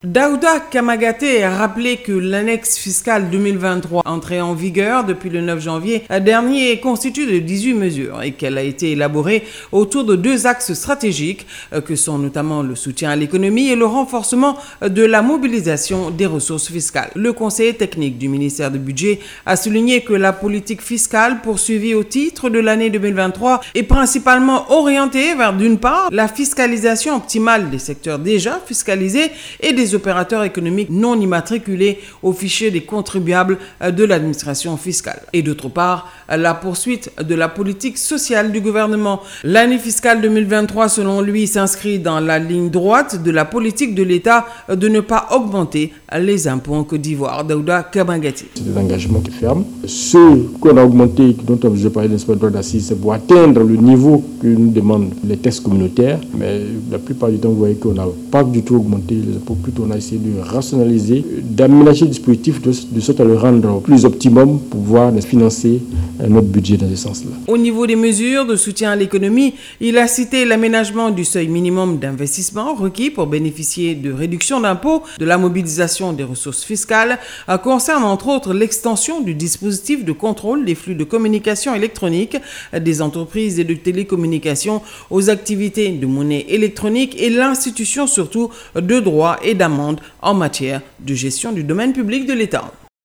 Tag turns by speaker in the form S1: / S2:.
S1: Daouda Kamagaté a rappelé que l'annexe fiscale 2023, entrée en vigueur depuis le 9 janvier dernier, est constituée de 18 mesures et qu'elle a été élaborée autour de deux axes stratégiques que sont notamment le soutien à l'économie et le renforcement de la mobilisation des ressources fiscales. Le conseiller technique du ministère du Budget a souligné que la politique fiscale poursuivie au titre de l'année 2023 est principalement orientée vers, d'une part, la fiscalisation optimale des secteurs déjà fiscalisés et des opérateurs économiques non immatriculés au fichier des contribuables de l'administration fiscale. Et d'autre part, la poursuite de la politique sociale du gouvernement. L'année fiscale 2023, selon lui, s'inscrit dans la ligne droite de la politique de l'État de ne pas augmenter les impôts en Côte d'Ivoire. Daouda Kamagaté.
S2: C'est des engagements qui ferment. Ceux qu'on a augmentés, dont je parlais d'inspecteur d'assises, c'est pour atteindre le niveau que nous demandent les textes communautaires. Mais la plupart du temps, vous voyez qu'on n'a pas du tout augmenté les impôts. Plutôt, on a essayé de rationaliser, d'aménager le dispositif de sorte à le rendre plus optimum pour pouvoir financer notre budget dans ce sens-là.
S1: Au niveau des mesures de soutien à l'économie, il a cité l'aménagement du seuil minimum d'investissement requis pour bénéficier de réductions d'impôts, de la mobilisation des ressources fiscales, concerne entre autres l'extension du dispositif de contrôle des flux de communication électronique des entreprises et de télécommunications aux activités de monnaie électronique et l'institution surtout de droits et d'amendes en matière de gestion du domaine public de l'État.